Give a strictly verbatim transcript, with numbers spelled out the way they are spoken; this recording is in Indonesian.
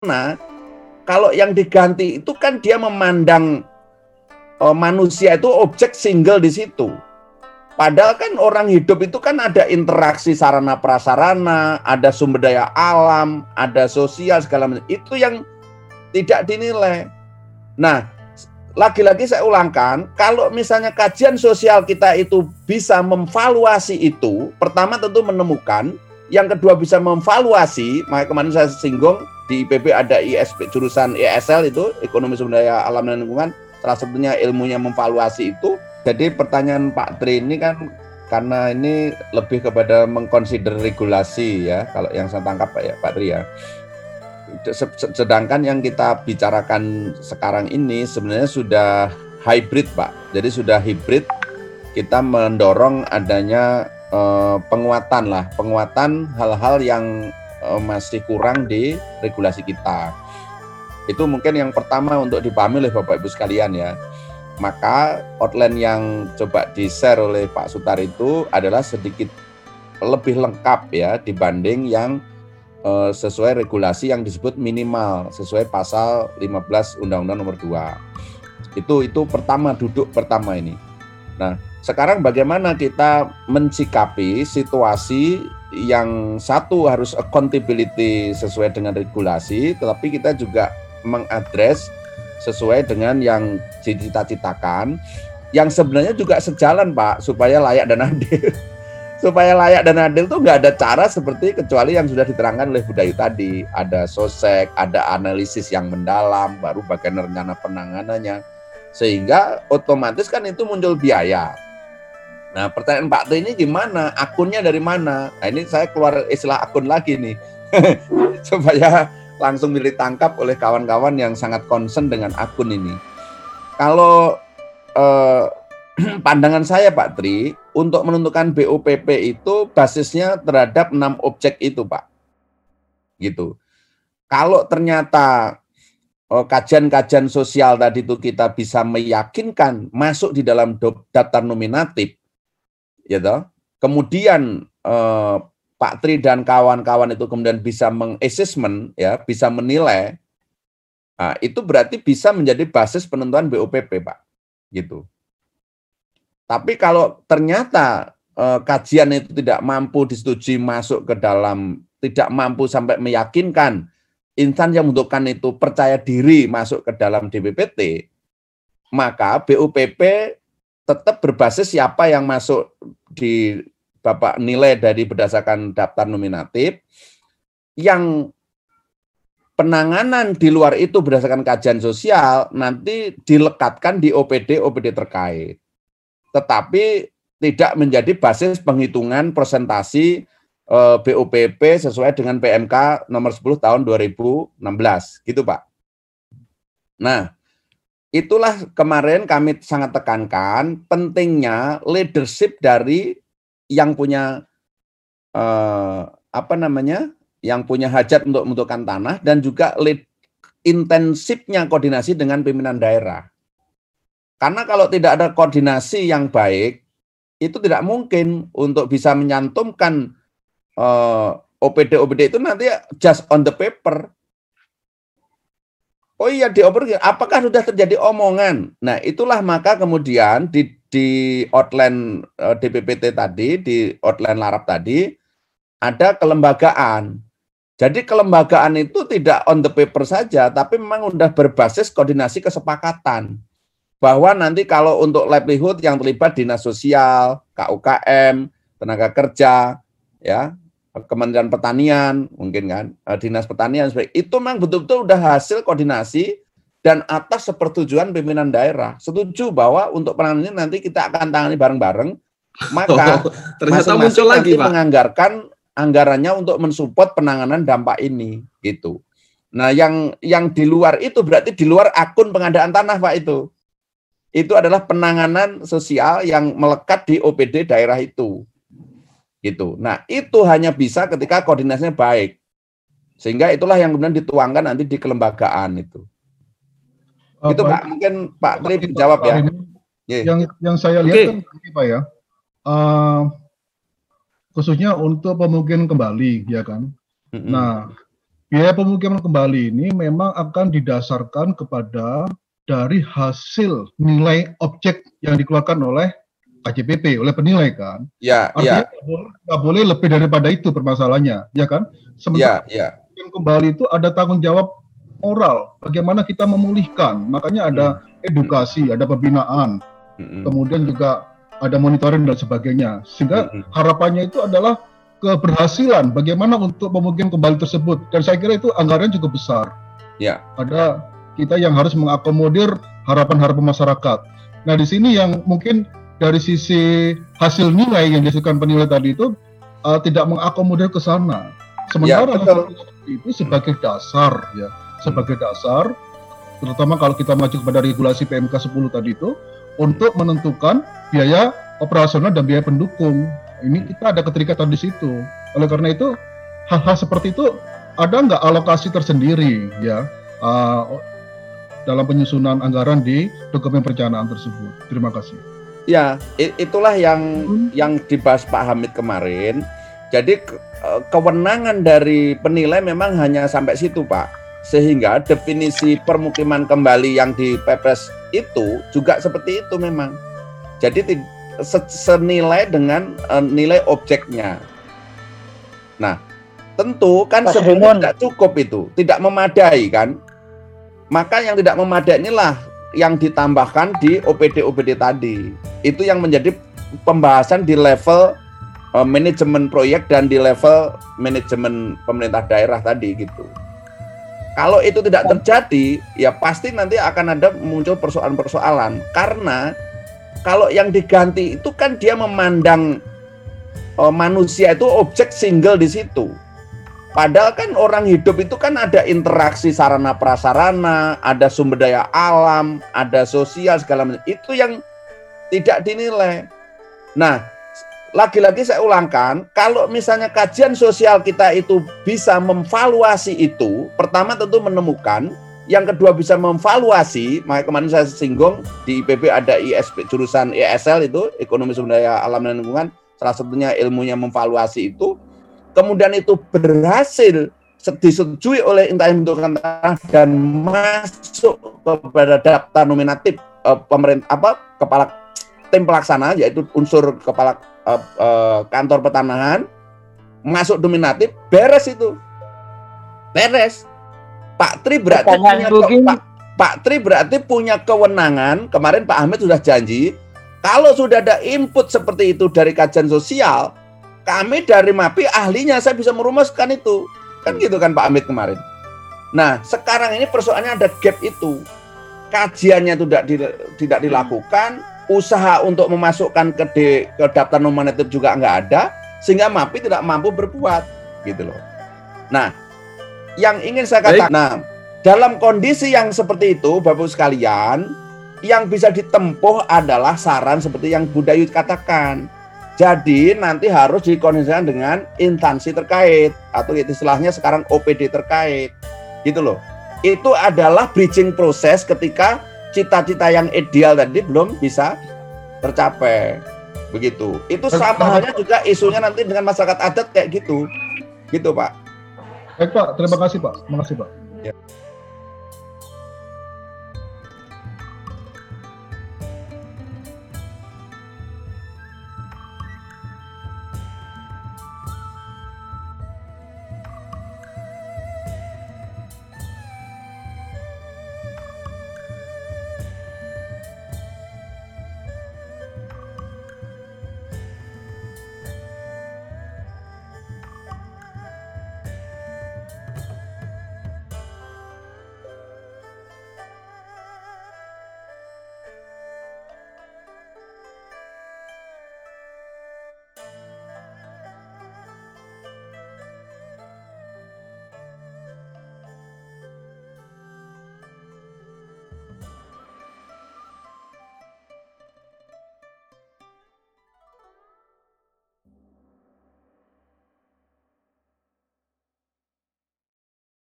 kalau yang diganti itu kan dia memandang oh, manusia itu objek single di situ. Padahal kan orang hidup itu kan ada interaksi sarana prasarana, ada sumber daya alam, ada sosial segala macam. Itu yang tidak dinilai. Nah, lagi-lagi saya ulangkan, kalau misalnya kajian sosial kita itu bisa memvaluasi itu, pertama tentu menemukan, yang kedua bisa memvaluasi, makanya kemarin saya singgung di I P B ada I S P jurusan E S L itu, Ekonomi Sumber Daya Alam dan Lingkungan, salah satunya ilmunya memvaluasi itu. Jadi pertanyaan Pak Tri ini kan karena ini lebih kepada mengkonsider regulasi ya, kalau yang saya tangkap Pak ya, Pak Tri ya. Sedangkan yang kita bicarakan sekarang ini sebenarnya sudah hybrid Pak. Jadi sudah hybrid, kita mendorong adanya eh, penguatan lah, penguatan hal-hal yang eh, masih kurang di regulasi kita. Itu mungkin yang pertama untuk dipahami oleh Bapak Ibu sekalian ya. Maka outline yang coba di-share oleh Pak Sutar itu adalah sedikit lebih lengkap ya dibanding yang uh, sesuai regulasi yang disebut minimal sesuai pasal lima belas Undang-Undang Nomor dua. Itu itu pertama duduk pertama ini. Nah, sekarang bagaimana kita mensikapi situasi yang satu harus accountability sesuai dengan regulasi, tetapi kita juga mengadres sesuai dengan yang dicita-citakan, yang sebenarnya juga sejalan Pak, supaya layak dan adil. Supaya layak dan adil itu nggak ada cara seperti kecuali yang sudah diterangkan oleh Bu Dayu tadi. Ada sosek, ada analisis yang mendalam, baru bagian rencana penanganannya. Sehingga otomatis kan itu muncul biaya. Nah pertanyaan Pak Tri ini gimana? Akunnya dari mana? Nah ini saya keluar istilah akun lagi nih. Supaya langsung ditangkap oleh kawan-kawan yang sangat concern dengan akun ini. Kalau eh, pandangan saya Pak Tri, untuk menentukan B O P P itu basisnya terhadap enam objek itu Pak. Gitu. Kalau ternyata eh, kajian-kajian sosial tadi itu kita bisa meyakinkan masuk di dalam daftar nominatif, ya toh. Kemudian eh, Pak Tri dan kawan-kawan itu kemudian bisa mengassessment, ya, bisa menilai, nah, itu berarti bisa menjadi basis penentuan B O P P, Pak, gitu. Tapi kalau ternyata eh, kajian itu tidak mampu disetujui masuk ke dalam, tidak mampu sampai meyakinkan insan yang membutuhkan itu percaya diri masuk ke dalam D P P T, maka B O P P tetap berbasis siapa yang masuk di Bapak nilai dari berdasarkan daftar nominatif, yang penanganan di luar itu berdasarkan kajian sosial nanti dilekatkan di O P D O P D terkait. Tetapi tidak menjadi basis penghitungan presentasi eh, B O P P sesuai dengan P M K nomor sepuluh tahun dua ribu enam belas, gitu Pak. Nah, itulah kemarin kami sangat tekankan pentingnya leadership dari yang punya eh, apa namanya, yang punya hajat untuk membutuhkan tanah, dan juga lead, intensifnya koordinasi dengan pimpinan daerah. Karena kalau tidak ada koordinasi yang baik, itu tidak mungkin untuk bisa menyantumkan eh, O P D O P D itu nanti just on the paper. Oh iya, dioper, apakah sudah terjadi omongan? Nah, itulah maka kemudian di di outline uh, D P P T tadi, di outline Larap tadi, ada kelembagaan. Jadi kelembagaan itu tidak on the paper saja, tapi memang sudah berbasis koordinasi kesepakatan. Bahwa nanti kalau untuk livelihood yang terlibat dinas sosial, K U K M, tenaga kerja, ya, Kementerian Pertanian, mungkin kan, dinas pertanian, itu memang betul-betul sudah hasil koordinasi dan atas sepersetujuan pimpinan daerah. Setuju bahwa untuk penanganan ini nanti kita akan tangani bareng-bareng, maka oh, ternyata muncul lagi, Pak, menganggarkan anggarannya untuk mensupport penanganan dampak ini, gitu. Nah, yang yang di luar itu berarti di luar akun pengadaan tanah, Pak, itu. Itu adalah penanganan sosial yang melekat di O P D daerah itu. Gitu. Nah, itu hanya bisa ketika koordinasinya baik. Sehingga itulah yang kemudian dituangkan nanti di kelembagaan itu. Oh, itu baik. Pak, mungkin Pak Tri jawab ya. Yeah. Yang yang saya lihat okay. kan ini Pak ya, uh, khususnya untuk pemukiman kembali, ya kan. Mm-hmm. Nah, biaya pemukiman kembali ini memang akan didasarkan kepada dari hasil nilai objek yang dikeluarkan oleh K J P P, oleh penilai kan. Ya, Artinya ya. nggak boleh, nggak boleh lebih daripada itu permasalahannya, ya kan? Sementara ya, ya. yang kembali itu ada tanggung jawab moral, bagaimana kita memulihkan. Makanya ada hmm. edukasi, ada pembinaan, hmm. kemudian juga ada monitoring dan sebagainya. Sehingga hmm. harapannya itu adalah keberhasilan bagaimana untuk pemukiman kembali tersebut, dan saya kira itu anggaran cukup besar. Ya. Ada kita yang harus mengakomodir harapan-harapan masyarakat. Nah di sini yang mungkin dari sisi hasil nilai yang dihasilkan penilai tadi itu uh, tidak mengakomodir ke sana. Sementara ya, itu sebagai dasar, ya, sebagai dasar, terutama kalau kita mengacu kepada regulasi P M K sepuluh tadi itu untuk menentukan biaya operasional dan biaya pendukung. Ini kita ada keterikatan di situ. Oleh karena itu, hal-hal seperti itu ada nggak alokasi tersendiri ya uh, dalam penyusunan anggaran di dokumen perencanaan tersebut? Terima kasih. Ya, itulah yang hmm. yang dibahas Pak Hamid kemarin. Jadi ke, kewenangan dari penilai memang hanya sampai situ, Pak. Sehingga definisi permukiman kembali yang di Pepres itu juga seperti itu memang. Jadi senilai dengan uh, nilai objeknya. Nah, tentu kan sebenarnya tidak cukup itu, tidak memadai kan. Maka yang tidak memadai inilah yang ditambahkan di O P D O P D tadi. Itu yang menjadi pembahasan di level uh, manajemen proyek dan di level manajemen pemerintah daerah tadi gitu. Kalau itu tidak terjadi, ya pasti nanti akan ada muncul persoalan-persoalan karena kalau yang diganti itu kan dia memandang uh, manusia itu objek single di situ. Padahal kan orang hidup itu kan ada interaksi sarana prasarana, ada sumber daya alam, ada sosial segala macam. Itu yang tidak dinilai. Nah, lagi-lagi saya ulangkan, kalau misalnya kajian sosial kita itu bisa memvaluasi itu, pertama tentu menemukan. Yang kedua bisa memvaluasi, makanya kemarin saya singgung di I P B ada I S P jurusan E S L itu ekonomi sumber daya alam dan lingkungan, salah satunya ilmunya memvaluasi itu, kemudian itu berhasil disetujui oleh instansi pembentukan tanah dan masuk kepada daftar nominatif eh, pemerintah apa kepala tim pelaksana yaitu unsur kepala eh, eh, kantor pertanahan masuk nominatif, beres itu, beres. Pak Tri berarti punya ke, Pak, Pak Tri berarti punya kewenangan. Kemarin Pak Ahmed sudah janji kalau sudah ada input seperti itu dari kajian sosial, kami dari MAPI ahlinya saya bisa merumuskan itu. Kan gitu kan Pak Ahmed kemarin. Nah, sekarang ini persoalannya ada gap itu. Kajiannya tidak di, tidak dilakukan, usaha untuk memasukkan ke, de, ke daftar nominatif juga nggak ada, sehingga MAPI tidak mampu berbuat gitu loh. Nah, yang ingin saya katakan, nah, dalam kondisi yang seperti itu, Bapak sekalian, yang bisa ditempuh adalah saran seperti yang Bu Dayu katakan. Jadi nanti harus dikoordinasikan dengan instansi terkait atau istilahnya sekarang O P D terkait, gitu loh. Itu adalah bridging proses ketika cita-cita yang ideal tadi belum bisa tercapai, begitu. Itu sama halnya juga isunya nanti dengan masyarakat adat kayak gitu, gitu Pak. Baik Pak, terima kasih Pak. Terima kasih Pak. Ya.